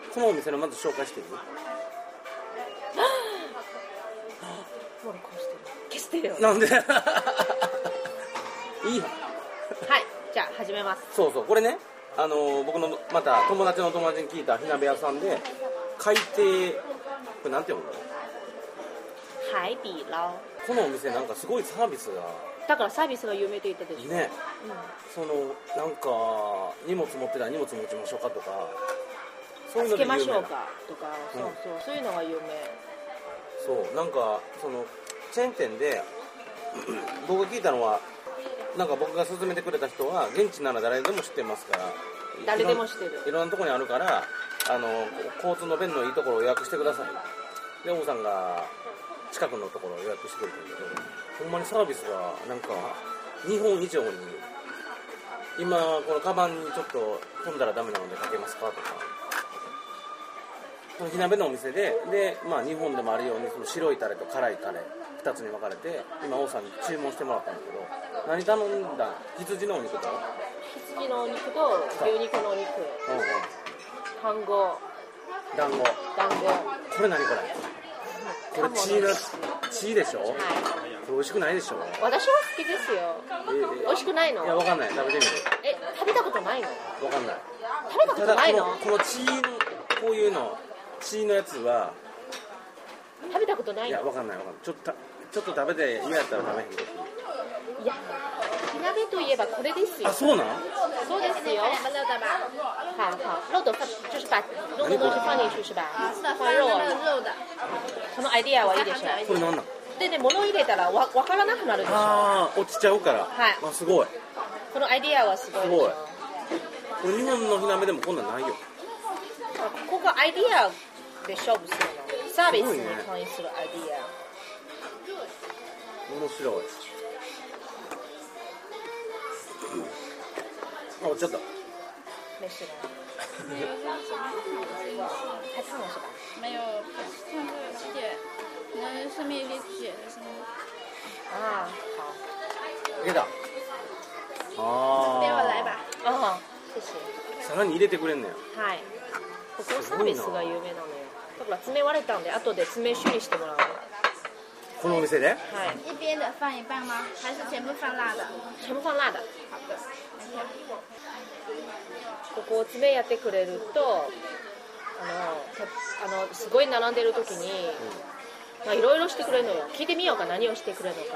このお店のまず紹介していい？ もう録音してる。消してるよ。 なんでいいよ。 はい、じゃあ始めます。 そうそう、これね、僕のまた友達の友達に聞いた火鍋屋さんで海底、これなんて読むの？ 海底捞。 このお店なんかすごいサービスがだからサービスが有名と言ったでしょ。 ね、そのなんか荷物持ってたら荷物持ちましょうかとか、そういうので有名な。 つけましょうかとか、そういうのが有名。 そうなんかそのチェーン店で僕が聞いたのは、なんか僕が勧めてくれた人は現地なら誰でも知ってますから、 誰でも知ってる。 いろんなところにあるから、交通の便のいいところを予約してください。で王さんが近くのところを予約してくれたんだけど、ほんまにサービスがなんか日本以上に、今このカバンにちょっと飛んだらダメなのでかけますかとか、この火鍋のお店で、まあ、日本でもあるようにその白いタレと辛いタレ2つに分かれて、今王さんに注文してもらったんだけど、何頼んだ？羊のお肉と羊のお肉と牛肉のお肉、単語、 団子。これ何これ？これチーでしょ？はい。これ美味しくないでしょ？ 私は好きですよ。美味しくないの？ いや、わかんない。食べてみる。 食べたことないの？ わかんない。 食べたことないの？ このチーの、こういうの、チーのやつは食べたことないの？ いや、わかんない。ちょっと食べて嫌やったら食べへんけど。 いや、火鍋といえばこれですよ。 あ、そうなん？ そうですよ。好，肉的就是把肉的东西放进去是吧？放肉啊。このアイディアはいいでしょ。 これなんなん？ でね、物入れたらわからなくなるでしょ。 ああ、落ちちゃうから。 はい。 あ、すごい。 このアイディアはすごいでしょ。 これ日本の火鍋でもこんなんないよ。 ここがアイディアで勝負するの。サービスに関するアイディア。 面白い。あ、落ちちゃった。 没事的。太烫了是吧？ 没有，上这个起点，可能上面有点血的声音。 啊，好。 いけた。ああ。 では来ば。 あ、谢谢。 さらに入れてくれんねん。 はい。ここサービスが有名なのよ。だから爪割れたんで後で爪修理してもらう。 このお店で？はい。 一边的放一半吗？还是全部放辣的？ 全部放辣的。 好的。 ここを爪やってくれると、すごい並んでる時に、まあいろいろしてくれるのよ。聞いてみようか、何をしてくれるのか。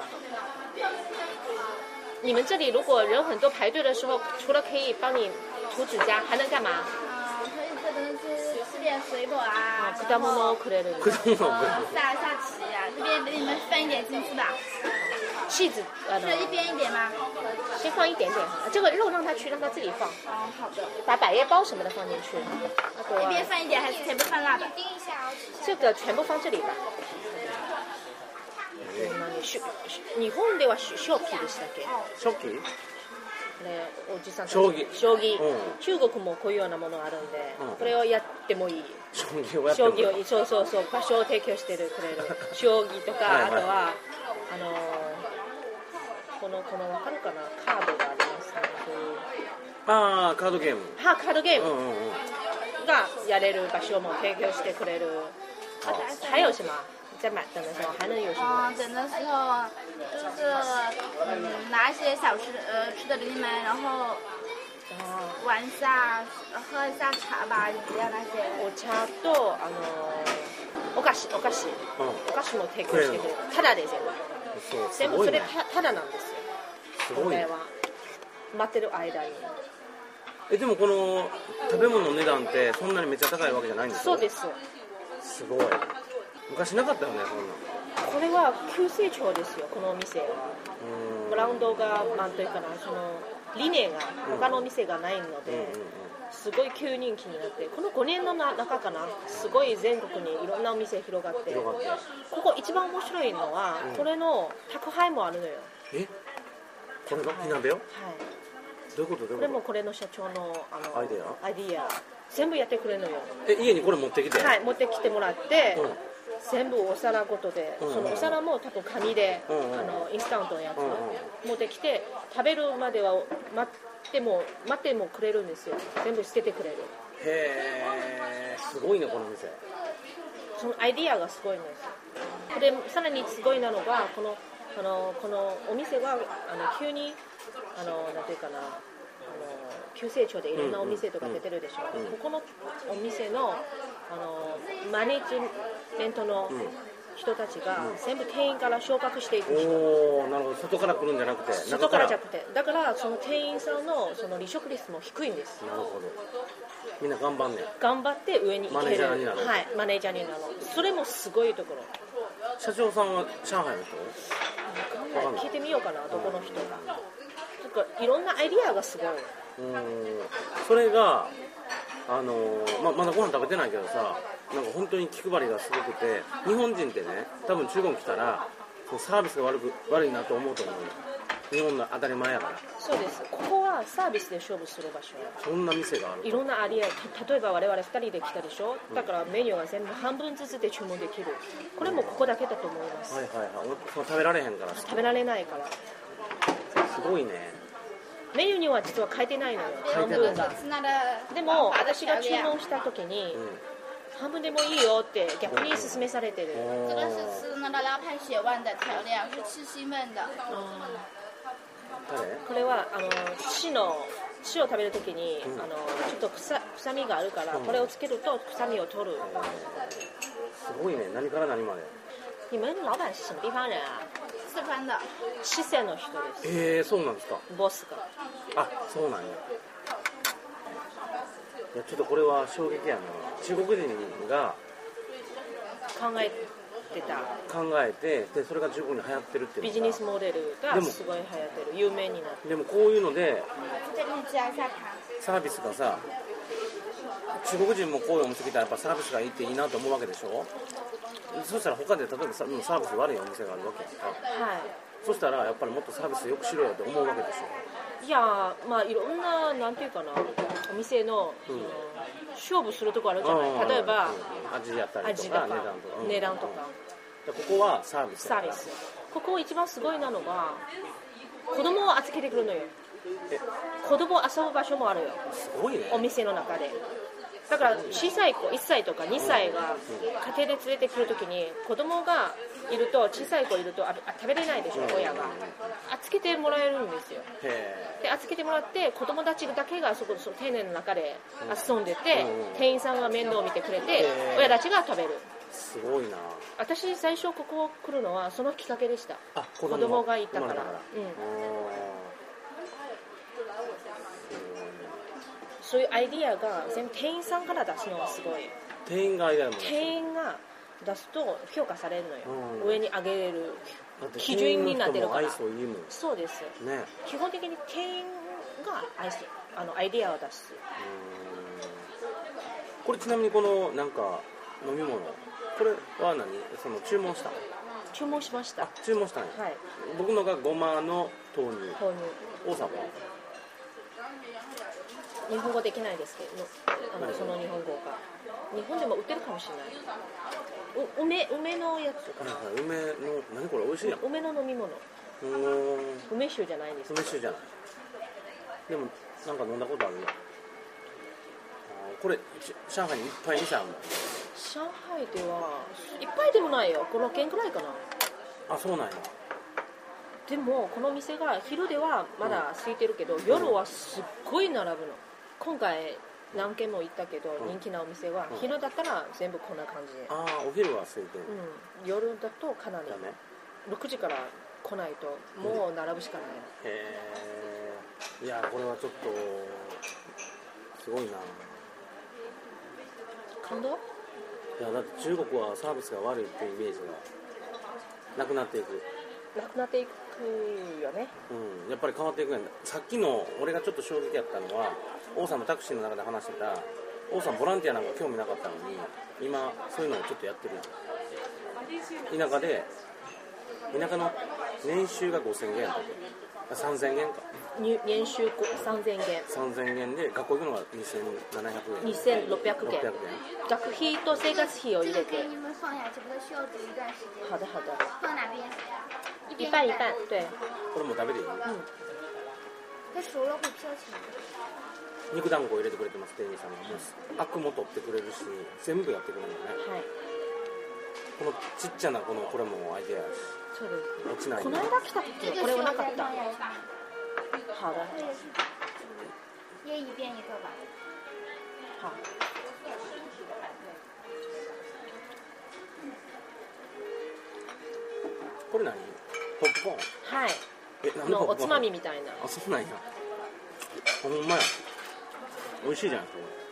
你们这里如果人很多排队的时候，除了可以帮你涂指甲，还能干嘛？ 可以可能吃点水果啊， 果物をくれる。 果物をくれる。 下棋啊，这边给你们分一点进去吧。 柿子， 是一边一点吗？ 先放一点点，这个肉让他去，让他自己放。 哦，好的。 把百叶包什么的放进去。 一边放一点还是全部放辣的？ 这个全部放这里吧。日本では将棋でしたっけ？ 将棋？ おじさんたち。 将棋。 中国もこういうようなものがあるんで、これをやってもいい。 将棋をやってもいい。 そう場所を提供してくれる将棋とか、あとはこの分かるかな、カードがありますね。 ああ、カードゲーム。 カードゲームがやれる場所も提供してくれる。还有什么？在等的时候还能有什么？ 等的时候就是拿一些小吃吃的给你们，然后玩一下，喝一下茶吧，这样那些。 お茶とお菓子も提供してくれる。ただで全部それただなんですよ。これは待ってる間に。 でもこの食べ物の値段ってそんなにめっちゃ高いわけじゃないんですよ。 そうです。 すごい。昔なかったよね、そんな。 これは急成長ですよ、このお店は。ブランドがなんというかな、その理念が他のお店がないので、すごい急人気になって、この5年の中かな、すごい全国にいろんなお店広がって、ここ一番面白いのは、これの宅配もあるのよ。 これが火鍋よ？はい。どういうこと？ これもこれの社長のアイデア全部やってくれるのよ。 家にこれ持ってきて？ はい、持ってきてもらって、全部お皿ごとで、そのお皿も多分紙で、インスタントのやつ持ってきて、食べるまでは待ってもくれるんですよ。全部捨ててくれる。 へえ、すごいねこの店。 そのアイディアがすごいんです。でさらにすごいなのがこのお店は急になんていうかな急成長でいろんなお店とか出てるでしょ、ここのお店のマネジメントの人たちが全部店員から昇格していく人。 おー、なるほど。外から来るんじゃなくて外からじゃなくて、だからその店員さんのその離職率も低いんです。 なるほど。みんな頑張んねん。 頑張って上に行ける。 マネージャーになる。 はい、マネージャーになる。それもすごいところ。 社長さんは上海の人？ 聞いてみようかな、どこの人か。いろんなアイディアがすごい。 それがまだご飯食べてないけどさ、なんか本当に気配りがすごくて、日本人ってね、多分中国来たらサービスが悪いなと思うと思うよ。日本の当たり前やから。 そうです。ここはサービスで勝負する場所。 そんな店がある。 いろんなアイディア、例えば我々2人で来たでしょ、だからメニューが全部半分ずつで注文できる。これもここだけだと思います。 はいはいはい。食べられへんから。 食べられないから。 すごいね。 メニューには実は書いてないのよ、半分が。でも私が注文した時に、半分でもいいよって逆に勧めされてる。 这个是吃那个拉派血旺的调料，是吃西门的。 これは塩を食べる時に、ちょっと臭みがあるから、これをつけると臭みを取る。 すごいね。何から何まで。 你们老板是什么地方人啊？ 四川的。 四川の人です。 そうなんですか。 ボスが。 あ、そうなんや。いやちょっとこれは衝撃やな。中国人が考えてでそれが中国に流行ってるっていうのがビジネスモデルがすごい流行ってる、有名になってる。 でもこういうのでサービスがさ、中国人もこういうお店来たらやっぱサービスがいいっていいなと思うわけでしょ。そしたら他で例えばサービス悪いお店があるわけやんか、はい、そしたらやっぱりもっとサービスよくしろよって思うわけでしょ。 いやまあいろんななんていうかな、お店の、勝負するとこあるじゃない。例えば味やったりとか値段とか、 ここはサービス。 ここ一番すごいなのが子供を預けてくるのよ。子供遊ぶ場所もあるよ。 すごいね。 お店の中で。だから小さい子1歳とか2歳が家庭で連れてくるときに、子供がいると小さい子いると食べれないでしょ、親が。預けてもらえるんですよ。で預けてもらって子供たちだけがその丁寧の中で遊んでて、店員さんが面倒を見てくれて、親たちが食べる。 すごいな。 私最初ここ来るのはそのきっかけでした。子供がいたから。そういうアイディアが全部店員さんから出すのがすごい。 店員がアイデアも店員が出すと評価されるのよ、上に上げれる基準になってるから。そうです、ね、基本的に店員がアイディアを出す。 これちなみにこのなんか飲み物、これは何？その注文した？ 注文しました。 注文したね、はい、僕のがごまの豆乳。王さんは日本語できないですけど、その日本語が日本でも売ってるかもしれない。梅のやつ。 梅の何これ美味しいやん。 梅の飲み物。梅酒じゃないんですか。 梅酒じゃない。でもなんか飲んだことあるよ。これ上海にいっぱい店あるの？ 上海ではいっぱいでもないよ。5、6軒くらいかな。 あ、そうなんや。 でもこの店が昼ではまだ空いてるけど、夜はすっごい並ぶの。今回何軒も行ったけど、人気なお店は昼だったら全部こんな感じで。 お昼は空いてる、 夜だとかなり6時から来ないともう並ぶしかない。 いやこれはちょっとすごいな。 感動？ いやだって中国はサービスが悪いっていうイメージがなくなっていくよね。やっぱり変わっていくんだ。さっきの俺がちょっと衝撃やったのは、王さんのタクシーの中で話してた、王さんボランティアなんか興味なかったのに今そういうのをちょっとやってるやん。田舎の年収が5000元とか3000元か。 年収3000元で学校行くのが2700円 2600元。学費と生活費を入れて。好的好的。一半一半。对。 これも食べていい？ 它熟了会飘起来。 肉団子を入れてくれてます、店員さんが。もうアクも取ってくれるし、全部やってくれるのね。 はい。 このちっちゃなこれもアイデアやし。 そうです。 落ちない。 この間来た時はこれはなかった。好的。 捏一遍一个吧。 好。 これ何？ポップコーン？ はい。 なんでポップコーン？ おつまみみたいな。 あ、そうなんや。ほんまや。美味しいじゃん。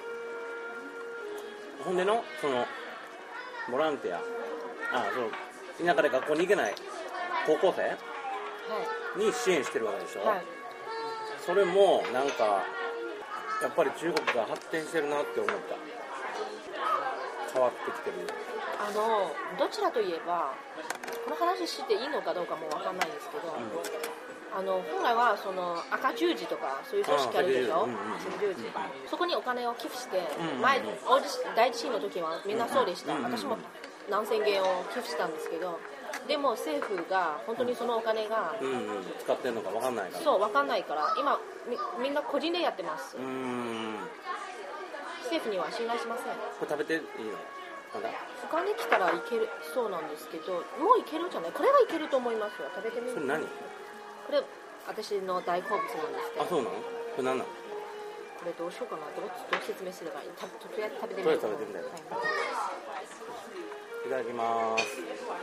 ほんでのそのボランティア、その田舎で学校に行けない高校生に支援してるわけでしょ。はい。それもなんかやっぱり中国が発展してるなって思った。変わってきてる。 どちらといえばこの話していいのかどうかもわかんないんですけど、本来はその赤十字とかそういう組織あるでしょ。赤十字、そこにお金を寄付して、前大地震の時はみんなそうでした。私も何千元を寄付したんですけど、でも政府が本当にそのお金が、 使ってるのか分かんないから。 そう、分かんないから今みんな個人でやってます。政府には信頼しません。 これ食べていいの？まだお金来たらいけるそうなんですけど、もういけるんじゃない？これはいけると思いますよ。食べてみる。 それ何？ これ私の大好物なんですけど。 あ、そうなの？これ何なの？ これどうしようかな。どう説明すればいい？とりあえず食べてみる。 とりあえず食べてみたい。いただきます。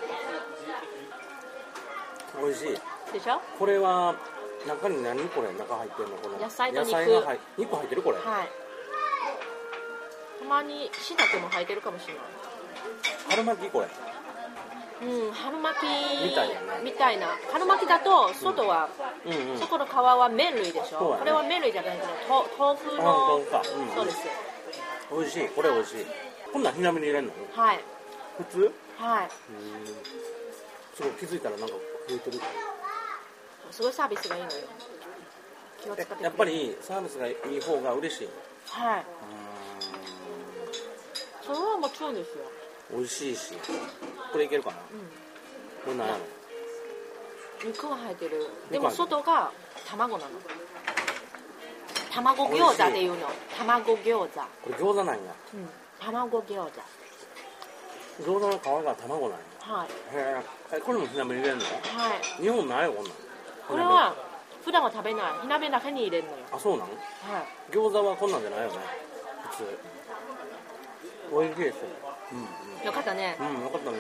美味しい。 でしょ？これは中に何これ？中入ってるの？この野菜と肉。 肉入ってるこれ？ はい。たまに椎茸も入ってるかもしれない。 春巻きこれ？ 春巻きみたいな。 春巻きだと外は、外の皮は麺類でしょ。これは麺類じゃないけど豆腐の。そうです。 美味しい。これ美味しい。こんなん火鍋に入れるの？ はい。 普通？ はい。 すごい気づいたらなんか増えてる。 すごいサービスがいいのよ。気を使って。 やっぱりサービスがいい方が嬉しい。 はい。それはもちろんですよ。 美味しいし。これいけるかな？これ何やろ？ 肉は入ってる。でも外が卵なの。卵餃子っていうの。卵餃子。これ餃子なんや。 卵餃子。 餃子の皮が卵なんや。 はい。 へえ。これも火鍋に入れるの？はい。日本ないよこんなん。 これは普段は食べない。火鍋だけに入れるのよ。 あ、そうなの？はい。餃子はこんなんじゃないよね。普通。美味しいですよ。 よかったね。 よかったね。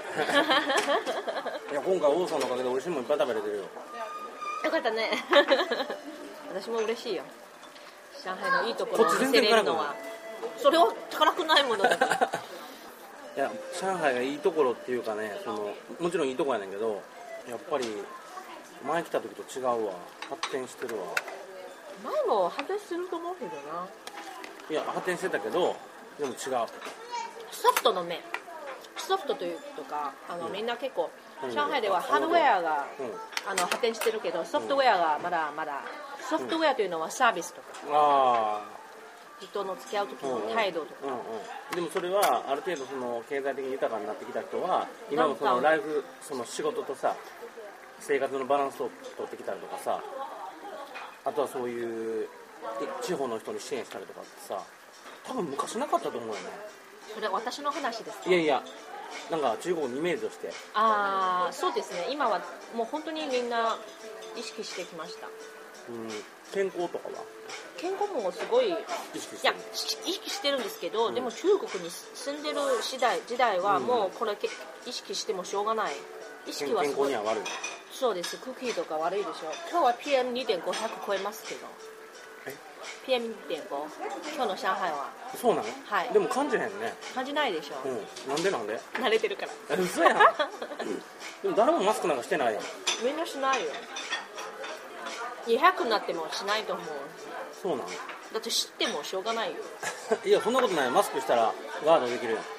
いや、今回王さんのおかげで美味しいもんいっぱい食べれてるよ。 よかったね。私も嬉しいよ。上海のいいところを見せれるのは。それは辛くないものだ。いや、上海がいいところっていうかね、もちろんいいところやねんけど、やっぱり前来た時と違うわ。発展してるわ。 前も発展してると思うけどな。 いや、発展してたけど、でも違う。 ソフトの面、ソフトというとかみんな結構、上海ではハードウェアが、発展してるけど、ソフトウェアがまだまだ、ソフトウェアというのはサービスとか、人の付き合う時の態度とか、 でもそれはある程度経済的に豊かになってきた人は今のライフ仕事とさ生活のバランスを取ってきたりとかさ、あとはそういう地方の人に支援したりとかってさ、多分昔なかったと思うよね。 それ私の話ですか？ いやなんか中国のイメージとして。 そうですね。今はもう本当にみんな意識してきました。 健康とかは？ 健康もすごい意識してるんですけど、でも中国に住んでる時代はもうこれ意識してもしょうがない。意識はすごい。 健康には悪い。 そうです。空気とか悪いでしょ。今日は PM2.5 100超えますけど。PM2.5 今日の上海は。 そうなの？はい。でも感じへんね。 感じないでしょ。 なんで？ 慣れてるから。 嘘やん。でも誰もマスクなんかしてないやん。 みんなしないよ。200になってもしないと思う。 そうなの？ だって知ってもしょうがないよ。 いや、そんなことない。マスクしたらガードできるやん。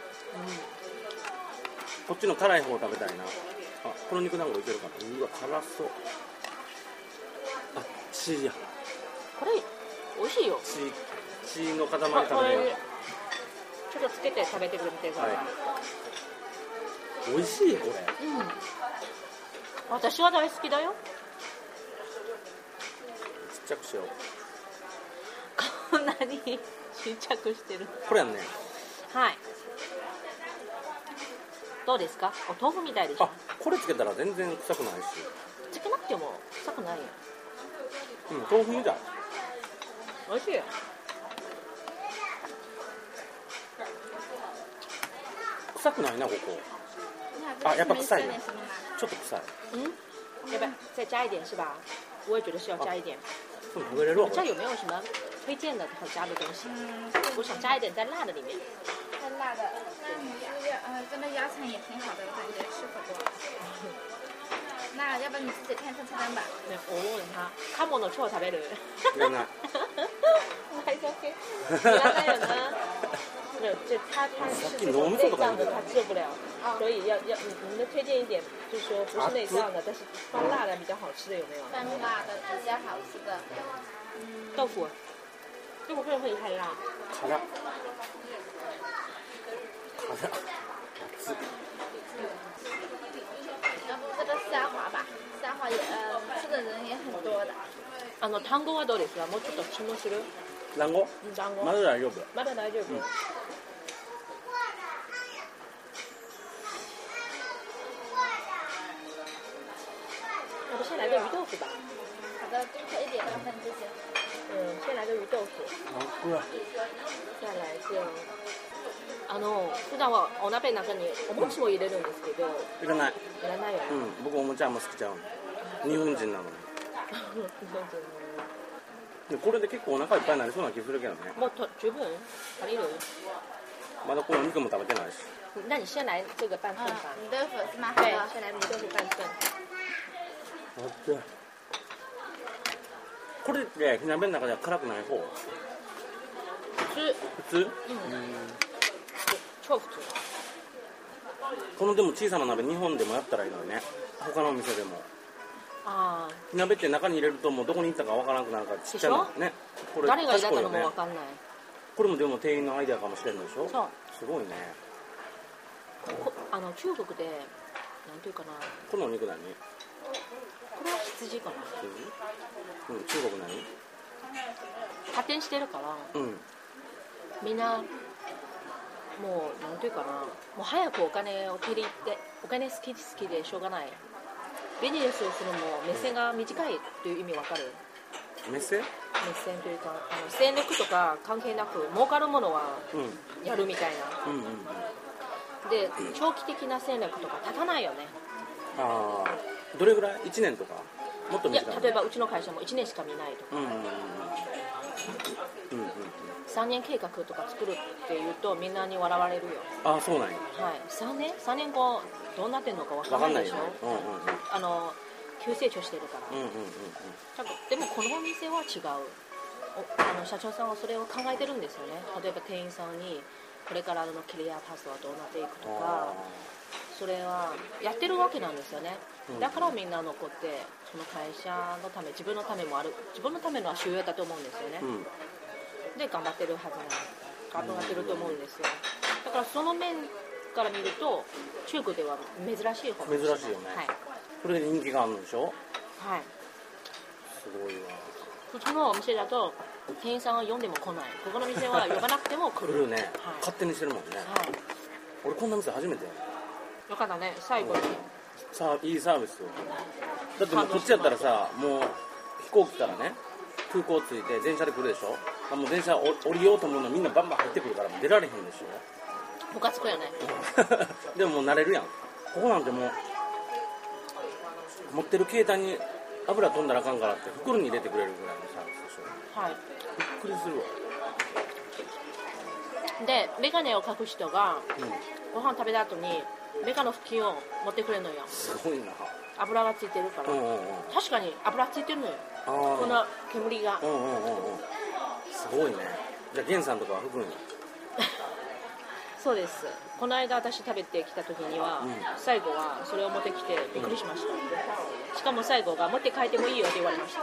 こっちの辛い方食べたいな。この肉団子いけるかな。うわ、辛そう。血や。 これ美味しいよ。 血の塊食べる。 ちょっとつけて食べてくれみてください。 美味しいこれ。 私は大好きだよ。 着しよう。 こんなに執着してる。 これやんね。 はい。どうですか？お豆腐みたいでしょ。 あ、これつけたら全然臭くないし。 つけなくても臭くないよ。 うん、豆腐みたい。 美味しいよ。 臭くないなここ。 啊， やっぱ臭い点什么吗？ ちょっと臭い。 要不要再加一点是吧？我也觉得是要加一点。 そう食べれるわ。 这有没有什么推荐的好加的东西？我想加一点在辣的里面。 太辣的，那你这个真的鸭肠也挺好的，我感觉适合我。那要不你自己看看菜单吧。 ね、おもんな。カモの超食べる。 いらない。 还是 OK。いらないよな。没有，这他是这种内脏的，他吃不了，所以要你们推荐一点，就是说不是内脏的，但是放辣的比较好吃的有没有？ 放辣的比较好吃的， 豆腐，豆腐个人会太辣。 辛っ。辛っ。熱っ。 要不这个虾滑吧，虾滑也吃的人也很多的。 単語はどうですか？もうちょっと注文する？ 団子？ 団子。 まだ大丈夫。 まだ大丈夫。要不先来个鱼豆腐吧？ 好的，多可一点的分这些。 先来个鱼豆腐。再来个。普段はお鍋の中にお餅も入れるんですけど。 いらない。 いらないよね。 うん、僕お餅あんま好きちゃうの。日本人なのに。でこれで結構お腹いっぱいになりそうな気するけどね。 もう十分足りる？ まだこの肉も食べてないし。 那你先来这个半份吧。 米豆腐是吗？ 对，先来米豆腐半份。 これって火鍋の中では辛くない方？ 普通？ 超普通。 このでも小さな鍋日本でもやったらいいのにね。他のお店でも。火鍋って中に入れるともうどこに行ったかわからなくなるからちっちゃいのね。これ誰が入れたのもわかんない。 これもでも店員のアイデアかもしれんのでしょ。 そう。 すごいね。 中国でなんていうかな。 このお肉何？ これは羊かな。 うん、中国何？ 発展してるから、みんなもうなんていうかな、もう早くお金を手に入ってお金好きでしょうがない。ビジネスをするのも目線が短いという意味わかる？ 目線というか戦略とか関係なく儲かるものはやるみたいな。で長期的な戦略とか立たないよね。 どれぐらい？1年とか？もっと短い？ いや例えばうちの会社も1年しか見ないとか。3年計画とか作るっていうとみんなに笑われるよ。 そうなんや。 はい。3年後どうなってんのかわからないでしょ。急成長してるから。でもこのお店は違う。社長さんはそれを考えてるんですよね。例えば店員さんにこれからのキャリアパスはどうなっていくとか、それはやってるわけなんですよね。だからみんな残ってその会社のため、自分のためもある、自分のためのは重要だと思うんですよね。で頑張ってるはずなんです。頑張ってると思うんですよ。だからその面から見ると中国では珍しい方です。 珍しいよね。はい。これで人気があるんでしょ。 はい。 すごいわ。 普通のお店だと店員さんは呼んでも来ない。ここの店は呼ばなくても来る。 来るね。勝手にしてるもんね。はい。俺こんな店初めて。 よかったね。最後に。 いいサービスよ。だってもうこっちやったらさ、もう飛行機からね、空港着いて電車で来るでしょ。もう電車降りようと思うのみんなバンバン入ってくるから出られへんでしょ。 ムカつくよね。 でももう慣れるやん。ここなんてもう持ってる携帯に油飛んだらあかんからって袋に入れてくれるぐらいのサービスでしょ。はい。びっくりするわ。 でメガネをかく人が、ご飯食べた後にメガネの拭きを持ってくれるのよ。 すごいな。 油がついてるから。確かに油ついてるのよ。この煙が。 すごいね。じゃあゲンさんとかは拭くんや。 そうです。この間私食べてきた時には、最後はそれを持ってきてびっくりしました。しかも最後が持って帰ってもいいよって言われました。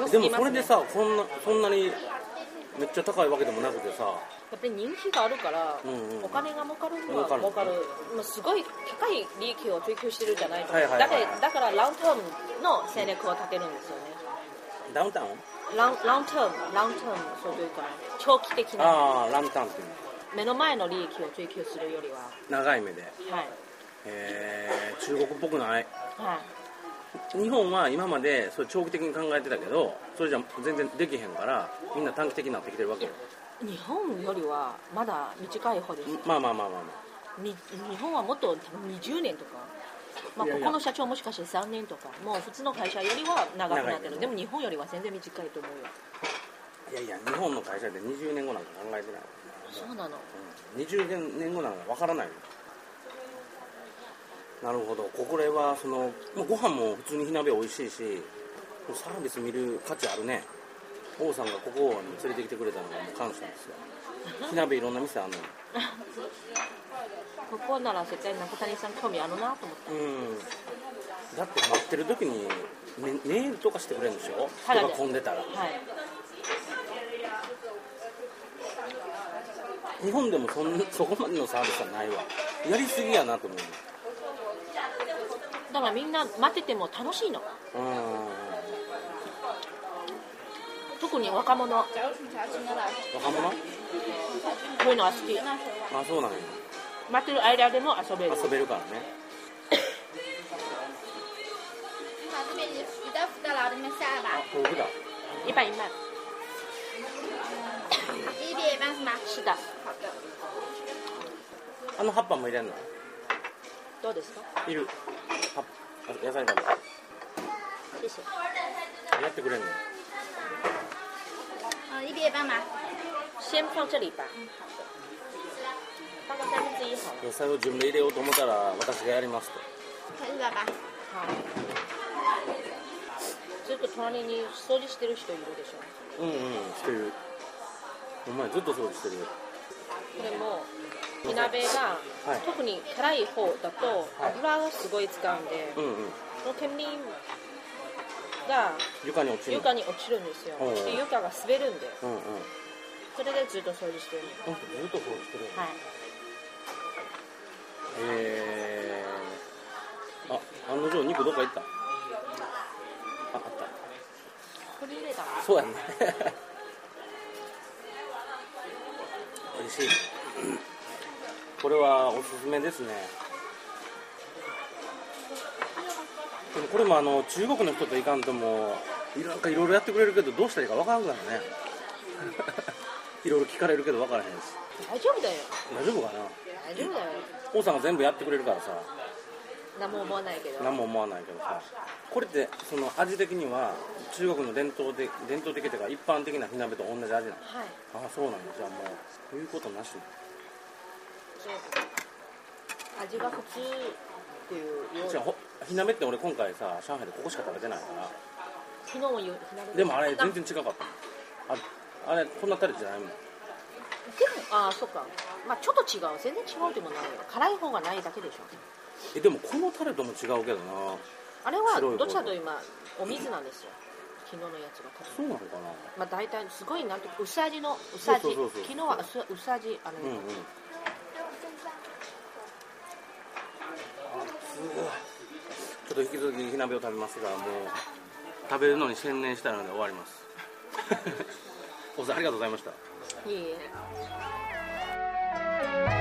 でもそれでさ、そんなにめっちゃ高いわけでもなくてさ、 やっぱり人気があるから、お金が儲かるのは儲かる。すごい高い利益を追求してるんじゃないと。だからラウンタウンの戦略を立てるんですよね。 ダウンタウン？ ランタンそうというか長期的なああランタンっていうの目の前の利益を追求するよりは、 長い目で、 はい中国っぽくない。 はい、 日本は今までそれ長期的に考えてたけど、それじゃ全然できへんからみんな短期的になってきてるわけよ。 日本よりはまだ短い方です。 まあ日本はもっと20年とか、まあ、 いやいやここの社長もしかして3年とか、もう普通の会社よりは長くなってる。でも日本よりは全然短いと思うよ。 いや日本の会社で20年後なんか考えてない。 そうなの、 20年後なんかわからないの。なるほど。これはそのご飯も普通に火鍋美味しいし、サービス見る価値あるね。王さんがここに連れてきてくれたのがもう感謝ですよ。火鍋いろんな店あるのにここなら絶対中谷さん興味あるなと思って。 だって待ってる時にメールとかしてくれるんでしょ。人が混んでたら、 はい、 日本でもそこまでのサービスはないわ。やりすぎやなと思う。 だからみんな待ってても楽しいの。特に若者。若者？ こういうのは好き。 あ、そうなんや。 待ってる間でも遊べる。 遊べるからね。これだ。 一半一半。 一边一半是吗？ 是的。 あの葉っぱも入れんの？ どうですか？ いる。野菜だね。 谢谢。 やってくれんの？ 一边一半吗？ 先放这里吧。放个1/3好了。 野菜を自分で入れようと思ったら私がやりますと。 开始了吧？ はい。ずっと隣に掃除してる人いるでしょ。 してる。お前ずっと掃除してる。 これも火鍋が、はい、特に辛い方だと油をすごい使うんで、その煙が床に落ちるんですよ。で床が滑るんで、それでずっと掃除してる。 ずっと掃除してる。 はい。 案の定肉どっか行った？あった。 これ入れた。 そうやね。美味しい。これはおすすめですね。でもこれも中国の人といかんともなんかいろいろやってくれるけどどうしたらいいか分からんからね。いろいろ聞かれるけど分からへんし。 大丈夫だよ。 大丈夫かな。 大丈夫だよ。 王さんが全部やってくれるからさ。 何も思わないけど。 何も思わないけどさ。これってその味的には中国の伝統的というか一般的な火鍋と同じ味なの？はい。ああ、そうなんだ。じゃあもう言うことなし。 味が普通っていうような。 火鍋って俺今回さ上海でここしか食べてないから。 昨日も火鍋でもあれ全然違かった。あれこんなタレじゃないもん。でもそっか。まあちょっと違う。全然違うでもないよ。辛い方がないだけでしょ。 でもこのタレとも違うけどな。 あれはどちらと今お水なんですよ。昨日のやつがそうなのかな。 まあ大体すごいなんて薄味の薄味。昨日は薄味ちょっと引き続き火鍋を食べますが、もう食べるのに専念したので終わります。おさんありがとうございました。いいえ。